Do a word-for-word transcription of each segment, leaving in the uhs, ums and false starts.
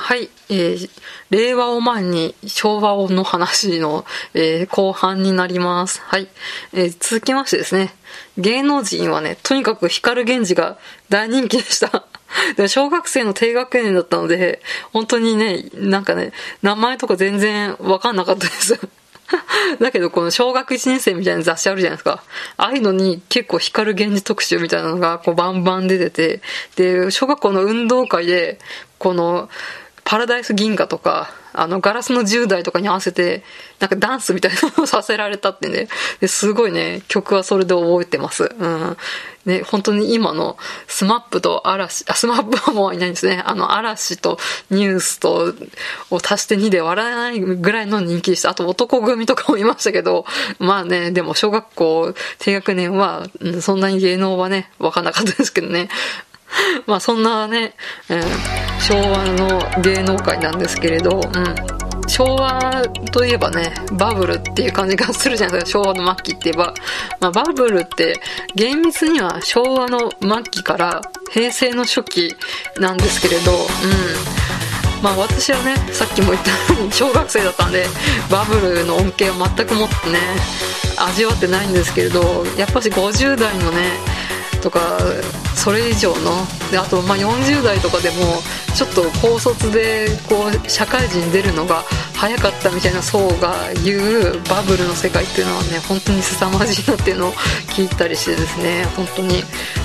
はい、えー、令和を前に昭和の話の、えー、後半になります。はい、えー、続きましてですね、芸能人はね、とにかく光源氏が大人気でした。で小学生の低学年だったので、本当にね、なんかね、名前とか全然わかんなかったです。だけどこの小学いちねん生みたいな雑誌あるじゃないですか。ああいうのに結構光源氏特集みたいなのがこうバンバン出てて、で、小学校の運動会で、この、パラダイス銀河とか、あの、ガラスのじゅう代とかに合わせて、なんかダンスみたいなのをさせられたってね。ですごいね、曲はそれで覚えてます。うん。ね、本当に今のスマップと嵐、あ、スマップはもういないんですね。あの、嵐とニュースと、を足してにで割らないぐらいの人気でした。あと男組とかもいましたけど、まあね、でも小学校低学年は、うん、そんなに芸能はね、わかんなかったですけどね。まあそんなね、えー、昭和の芸能界なんですけれど、うん、昭和といえばね、バブルっていう感じがするじゃないですか。昭和の末期って言えば、まあ、バブルって厳密には昭和の末期から平成の初期なんですけれど、うん、まあ私はね、さっきも言ったように小学生だったんで、バブルの恩恵を全くもってね、味わってないんですけれど、やっぱしごじゅう代のね、とかそれ以上ので、あとまあよんじゅう代とかでもちょっと高卒でこう社会人出るのが早かったみたいな層が言うバブルの世界っていうのはね、本当に凄まじいなっていうのを聞いたりしてですね、本当にね、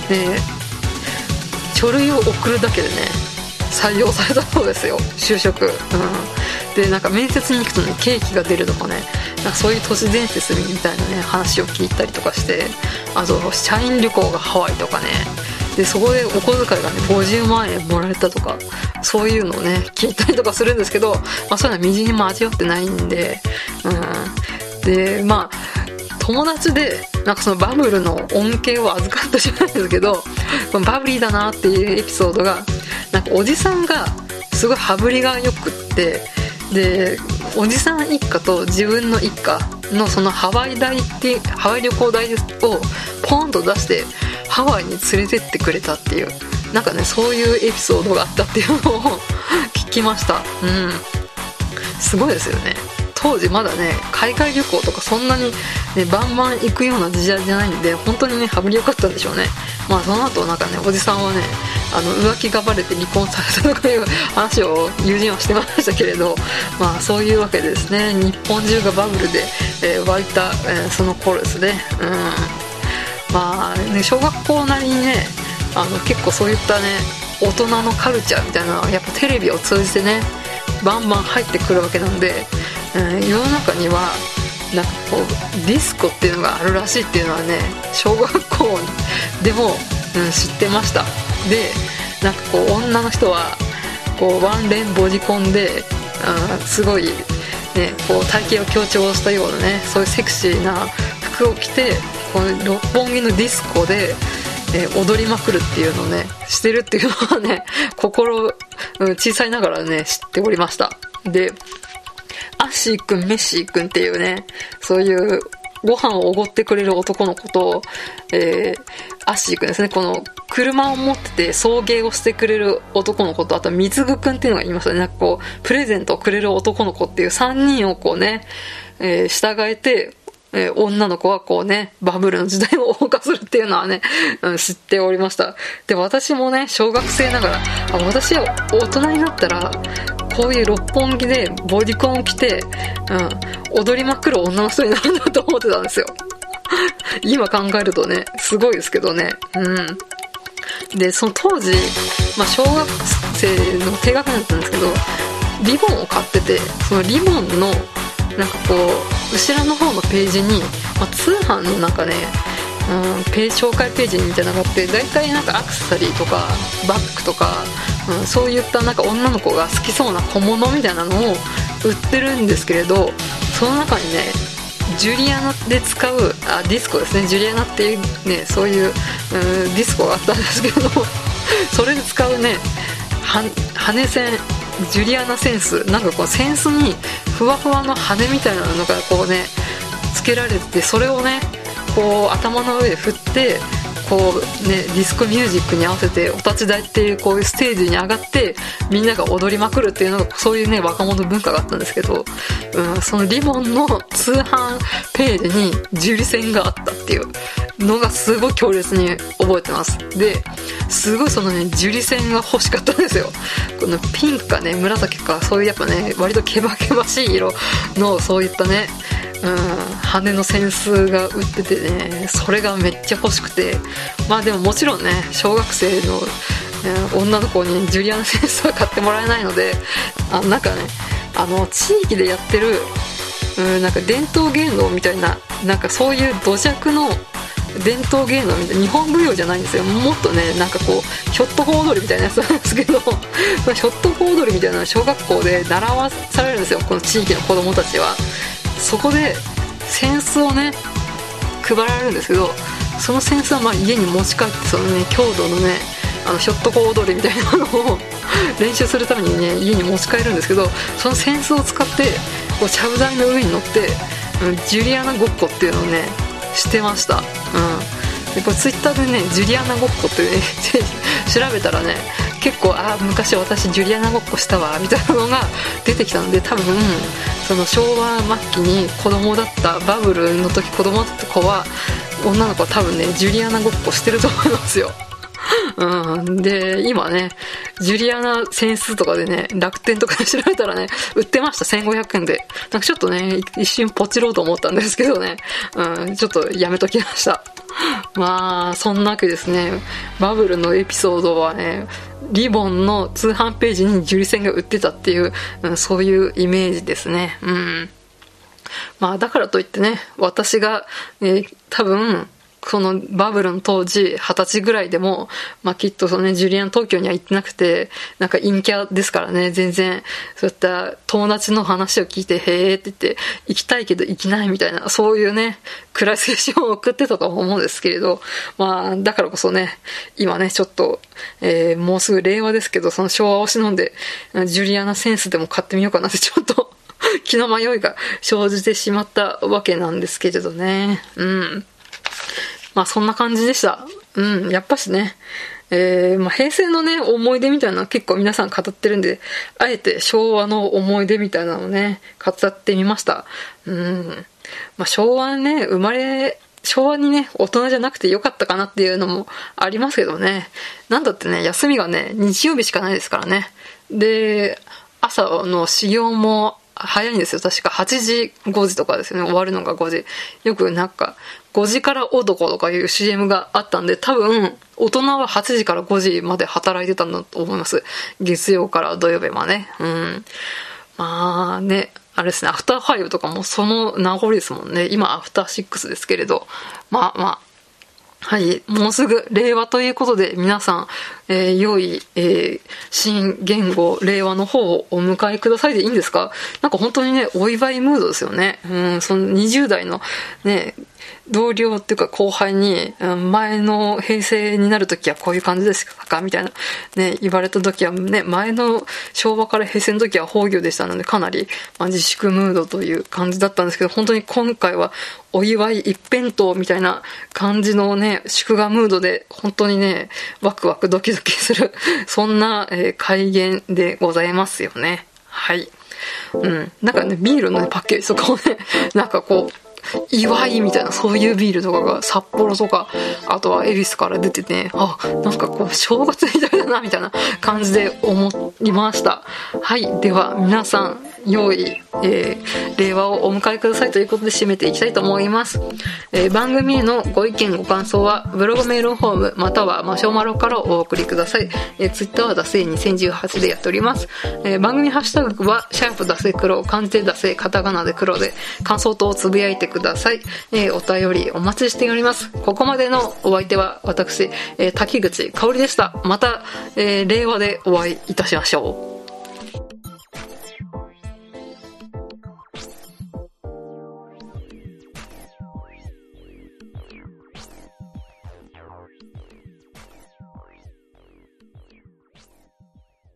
書類を送るだけでね採用されたそうですよ、就職、うん、でなんか面接に行くとねケーキが出るとかね、なんかそういう都市伝説みたいなね話を聞いたりとかして、あと社員旅行がハワイとかね、でそこでお小遣いがねごじゅうまんえんもらえたとか、そういうのをね聞いたりとかするんですけど、まあ、そういうのはみじんにも味わってないんで、うん、でまあ友達でなんかそのバブルの恩恵を預かったじゃないですけど、バブリーだなっていうエピソードが、なんかおじさんがすごい羽振りがよくって、でおじさん一家と自分の一家のそのハワイ代ってハワイ旅行代をポンと出してハワイに連れてってくれたっていう、なんかねそういうエピソードがあったっていうのを聞きました。うん、すごいですよね。当時まだね海外旅行とかそんなに、ね、バンバン行くような時代じゃないんで、本当にね羽振り良かったんでしょうね。まあその後なんかねおじさんはね、あの浮気がバレて離婚されたとかいう話を友人はしてましたけれど、まあそういうわけでですね、日本中がバブルで、えー、湧いた、えー、その頃ですね。うん、まあね小学校なりにね、あの結構そういったね大人のカルチャーみたいなのはやっぱテレビを通じてねバンバン入ってくるわけなんで、うん、世の中にはなんかこうディスコっていうのがあるらしいっていうのはね小学校でも、うん、知ってました。でなんかこう女の人はこうワンレンボディコンで、うん、すごい、ね、こう体型を強調したようなねそういうセクシーな服を着てこの六本木のディスコでえー、踊りまくるっていうのをねしてるっていうのはね心、うん、小さいながらね知っておりました。でアッシーくんメッシーくんっていうねそういうご飯をおごってくれる男の子と、えー、アッシーくんですね、この車を持ってて送迎をしてくれる男の子と、あとみつぐくんっていうのがいますね。なんかこうプレゼントをくれる男の子っていうさんにんをこうね、えー、従えてえー、女の子はこうねバブルの時代を謳歌するっていうのはね、うん、知っておりました。で私もね小学生ながら、あ私は大人になったらこういう六本木でボディコンを着て、うん、踊りまくる女の人になるんだと思ってたんですよ。今考えるとねすごいですけどね。うん、でその当時、まあ、小学生の低学年だったんですけどリボンを買ってて、そのリボンのなんかこう後ろの方のページに、まあ、通販のなんかね、うん、ページ紹介ページみたいなのがあって、だいたいなんかアクセサリーとかバッグとか、うん、そういったなんか女の子が好きそうな小物みたいなのを売ってるんですけれど、その中にねジュリアナで使うあディスコですね、ジュリアナっていうねそういう、うん、ディスコがあったんですけどそれで使うねは羽線ジュリアナセンス、なんかこうセンスにふわふわの羽みたいなのがこうねつけられてて、それをねこう頭の上で振ってこうねディスコミュージックに合わせてお立ち台っていうこういうステージに上がってみんなが踊りまくるっていうのがそういうね若者文化があったんですけど、うん、そのリボンの通販ページにジュリ扇があったっていうのがすごい強烈に覚えてます。ですごいそのねジュリ扇が欲しかったんですよ。このピンクかね紫かそういうやっぱね割とケバケバしい色のそういったね、うん、羽の扇子が売っててね、それがめっちゃ欲しくて、まあでももちろんね小学生の、えー、女の子にジュリアナ扇子は買ってもらえないので、あなんかねあの地域でやってる、うん、なんか伝統芸能みたいななんかそういう土着の伝統芸能みたいな日本舞踊じゃないんですよ。もっとねなんかこうひょっとこ踊りみたいなやつなんですけどひょっとこ踊りみたいなのを小学校で習わされるんですよ、この地域の子供たちは。そこで扇子をね配られるんですけど、その扇子はまあ家に持ち帰ってそのね郷土のねあのひょっとこ踊りみたいなのを練習するためにね家に持ち帰るんですけど、その扇子を使ってこうちゃぶ台の上に乗ってジュリアナごっこっていうのをねしてました。うん、でこれツイッターでねジュリアナごっこって、ね、調べたらね結構あ昔私ジュリアナごっこしたわみたいなのが出てきたので、多分その昭和末期に子供だったバブルの時子供だった子は女の子は多分ねジュリアナごっこしてると思いますよ。うん、で今ねジュリアナ扇子とかでね楽天とかで調べたらね売ってました。せんごひゃくえんで。なんかちょっとね一瞬ポチろうと思ったんですけどね、うん、ちょっとやめときました。まあそんなわけですね。バブルのエピソードはねリボンの通販ページにジュリ扇が売ってたっていう、うん、そういうイメージですね。うん、まあだからといってね私が、えー、多分そのバブルの当時はたちぐらいでも、まあ、きっとその、ね、ジュリアン東京には行ってなくてなんか陰キャですからね、全然そういった友達の話を聞いてへーって言って行きたいけど行きないみたいなそういうね暗い青春を送ってたと思うんですけれど、まあだからこそね今ねちょっと、えー、もうすぐ令和ですけどその昭和を忍んでジュリアナセンスでも買ってみようかなってちょっと気の迷いが生じてしまったわけなんですけれどね。うんまあそんな感じでした。うん、やっぱしね、えー、まあ平成のね、思い出みたいなのは結構皆さん語ってるんで、あえて昭和の思い出みたいなのをね、語ってみました。うん。まあ昭和ね、生まれ、昭和にね、大人じゃなくてよかったかなっていうのもありますけどね。なんだってね、休みがね、日曜日しかないですからね。で、朝の始業も早いんですよ。確かはちじごじとかですよね。終わるのがごじ。よくなんかごじから男とかいう シーエム があったんで、多分大人ははちじからごじまで働いてたんだと思います。月曜から土曜日までね。うん。まあね、あれですね、アフターファイブとかもその名残ですもんね。今アフターシックスですけれど。まあまあ。はい、もうすぐ令和ということで皆さん、えー、良い、えー、新元号令和の方をお迎えくださいでいいんですか？なんか本当にねお祝いムードですよね。うん、そのにじゅう代のね同僚っていうか後輩に前の平成になるときはこういう感じですかみたいなね言われたときはね、前の昭和から平成のときは崩御でしたのでかなり、まあ、自粛ムードという感じだったんですけど、本当に今回はお祝い一辺倒みたいな感じのね祝賀ムードで本当にねワクワクドキドキするそんな、えー、改元でございますよね。はい。うん。なんかねビールの、ね、パッケージとかもねなんかこう祝いみたいなそういうビールとかが札幌とかあとは恵比寿から出てて、あなんかこう正月みたいだなみたいな感じで思いました。はい、では皆さん良い、えー、令和をお迎えくださいということで締めていきたいと思います。えー、番組へのご意見ご感想はブログメールフォームまたはマシュマロからお送りください。えー、ツイッターはダセーにせんじゅうはちでやっております。えー、番組ハッシュタグはシャープダセ黒漢字でダセカタカナで黒で感想等をつぶやいてください。えー、お便りお待ちしております。ここまでのお相手は私、えー、滝口香織でした。また、えー、令和でお会いいたしましょう。